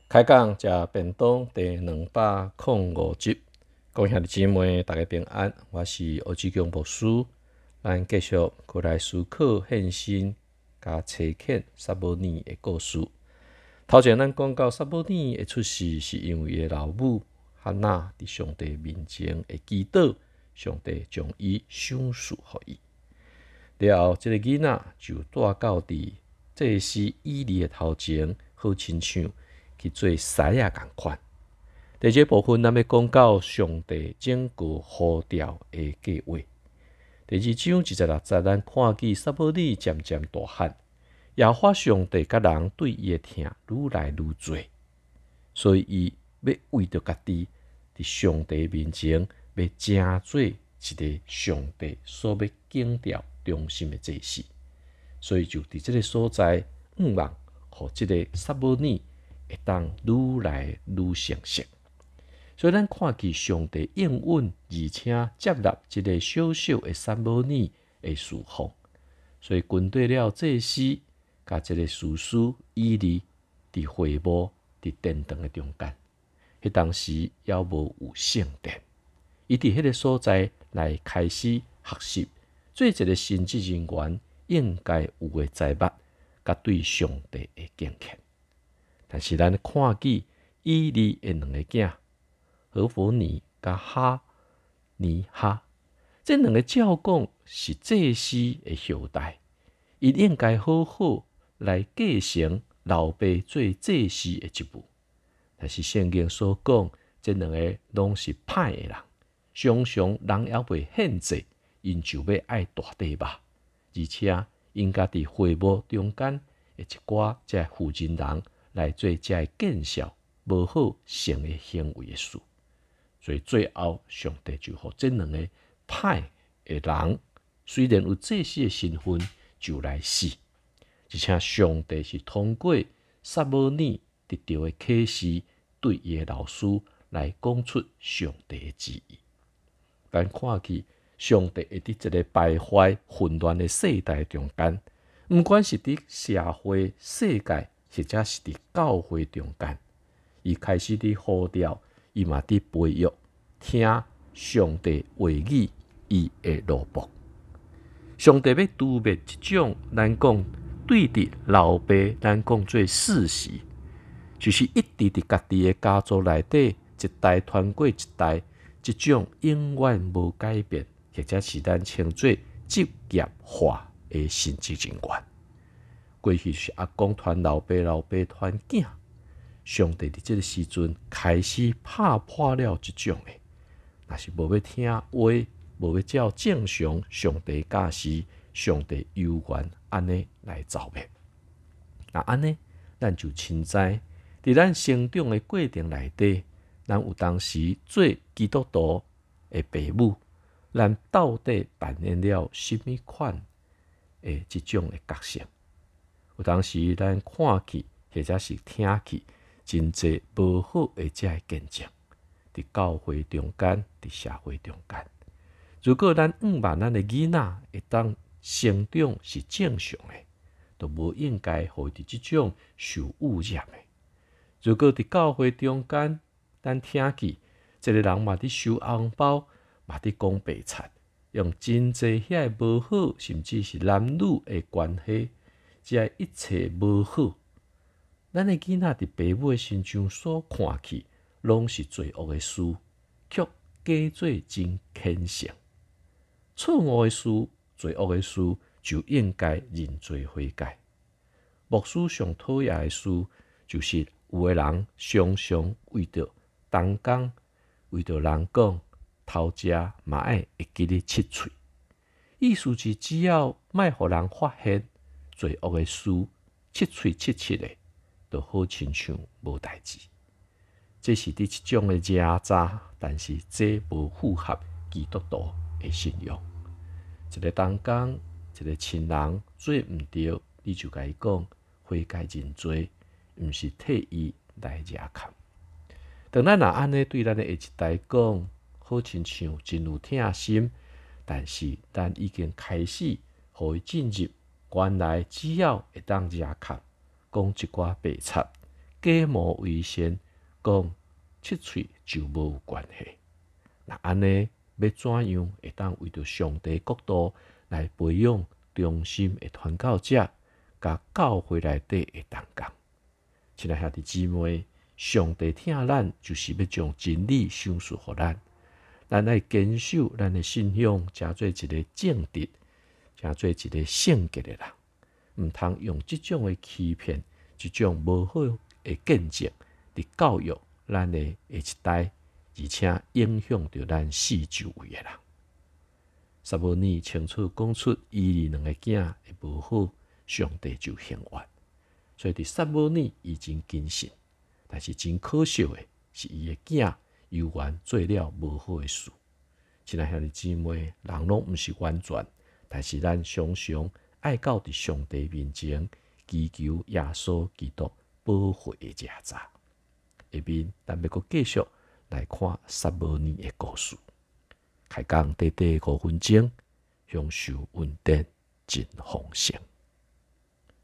开讲食便当第205集，各位兄弟姊妹，大家平安。我是欧志强牧师，咱继续过来思考献身加查考撒母耳的故事。头前咱讲到撒母耳的出世，是因为伊的老母哈娜伫上帝面前的祈祷，上帝将伊赏赐予伊。了后，这个囡仔就带到伫祭司以利的头前，好亲像去做师仔共款。第一部分，咱要讲到上帝整个呼召的计划。第2章126节，咱看见撒母耳渐渐大汉，耶和华上帝甲人对伊的疼愈来愈多，所以伊要为着家己伫上帝面前，要成做一个上帝所要敬调忠心的祭司。所以就伫这个所在，望，互这个撒母耳会当愈来愈成熟。所以咱看见上帝应允，而且接纳这个小小的撒母耳的侍奉。所以军队了祭司，甲这个士师以利伫会幕伫殿堂的中间。迄当时还无有圣殿，伊伫迄个所在来开始学习，做一个神职人员应该有的财物，甲对上帝的敬虔。但是咱看见以利的2个囝，何弗尼甲哈尼哈，这2个照讲是祭司的后代，伊应该好好来继承老爸做祭司的职务。但是圣经所讲，这2个拢是歹的人，常常人还未献祭，因就要爱大地吧，而且因家伫会幕中间的一寡这负责人来做这见笑无好善的行为的事。所以最后，上帝就予这2个歹的人，虽然有祭司的身份，就来死。而且上帝是通过撒母耳得到的启示，对伊的老师来讲出上帝的旨意。咱看见上帝会伫一个败坏混乱的世代中间，不管是伫社会、世界，或者是伫教会中间，伊开始伫呼召，伊嘛伫培育，听上帝话语，伊的奴仆。上帝要杜灭这种咱讲对伫老爸，咱讲做世袭，就是一直伫家己的家族内底，一代传过一代，这种永远无改变，或者是咱称做职业化的神职人员。过去是阿公传老爸，老爸传囝。上帝伫这个时阵开始拍破了这种的，若是无要听话，无要照正常上帝教示、上帝幽愿安尼来走灭。那安尼，咱就亲知，伫咱成长的过程内底，咱有当时做基督徒的父母，咱到底扮演了什么款的这种的角色？有当时咱看去，或者是听去，真侪无好的这个见证，伫教会中间，伫社会中间。如果咱望咱的囡仔会当成长是正常的，就无应该互伫这种受污染的。如果伫教会中间，咱听去，这个人嘛伫收红包，嘛伫讲白贼，用真侪遐个无好，甚至是男女的关系，这一切无好。咱的囡仔伫父母的身上所看去，拢是罪恶的事，却假做真虔诚。错误的事、罪恶的事，就应该认罪悔改。牧师上讨厌的事，就是有的人常常为着当工，为着人讲偷食嘛爱会记咧七嘴。意思是只要莫互人发现罪恶的事，七嘴七七的，就好亲像无代志。这是伫一种的压榨，但是这无符合基督徒的信仰。一个当工，一个亲人做毋对，你就甲伊讲悔改认罪，毋是替伊来惹哭。当咱若安尼对咱的下一代讲，好亲像真有疼心，但是咱已经开始互伊进入原来只要会当惹哭，讲一寡白贼， 假冒为善，讲七喙就无有关系。那安尼要怎样会当为着上帝国度来培养忠心的传教者，甲教会内底的同工？亲爱兄弟姊妹，上帝听咱就是要将真理赏赐予咱。咱来坚守咱的信仰，诚做一个正直，诚做一个圣洁的人，毋通用即种的欺骗、即种无好的见证，伫教育咱的下一代，而且影响到咱四周围的人。撒母耳清楚讲出伊两个囝会无好，上帝就兴冤。所以伫撒母耳伊真谨慎，但是真可惜的是伊的囝犹原做了无好的事。亲爱兄弟姊妹，人拢毋是完全，但是咱常常爱到伫上帝面前，祈求耶稣基督保护的遮早。下面咱要阁继续来看撒母耳的故事。开讲短短5分钟，享受稳定真丰盛。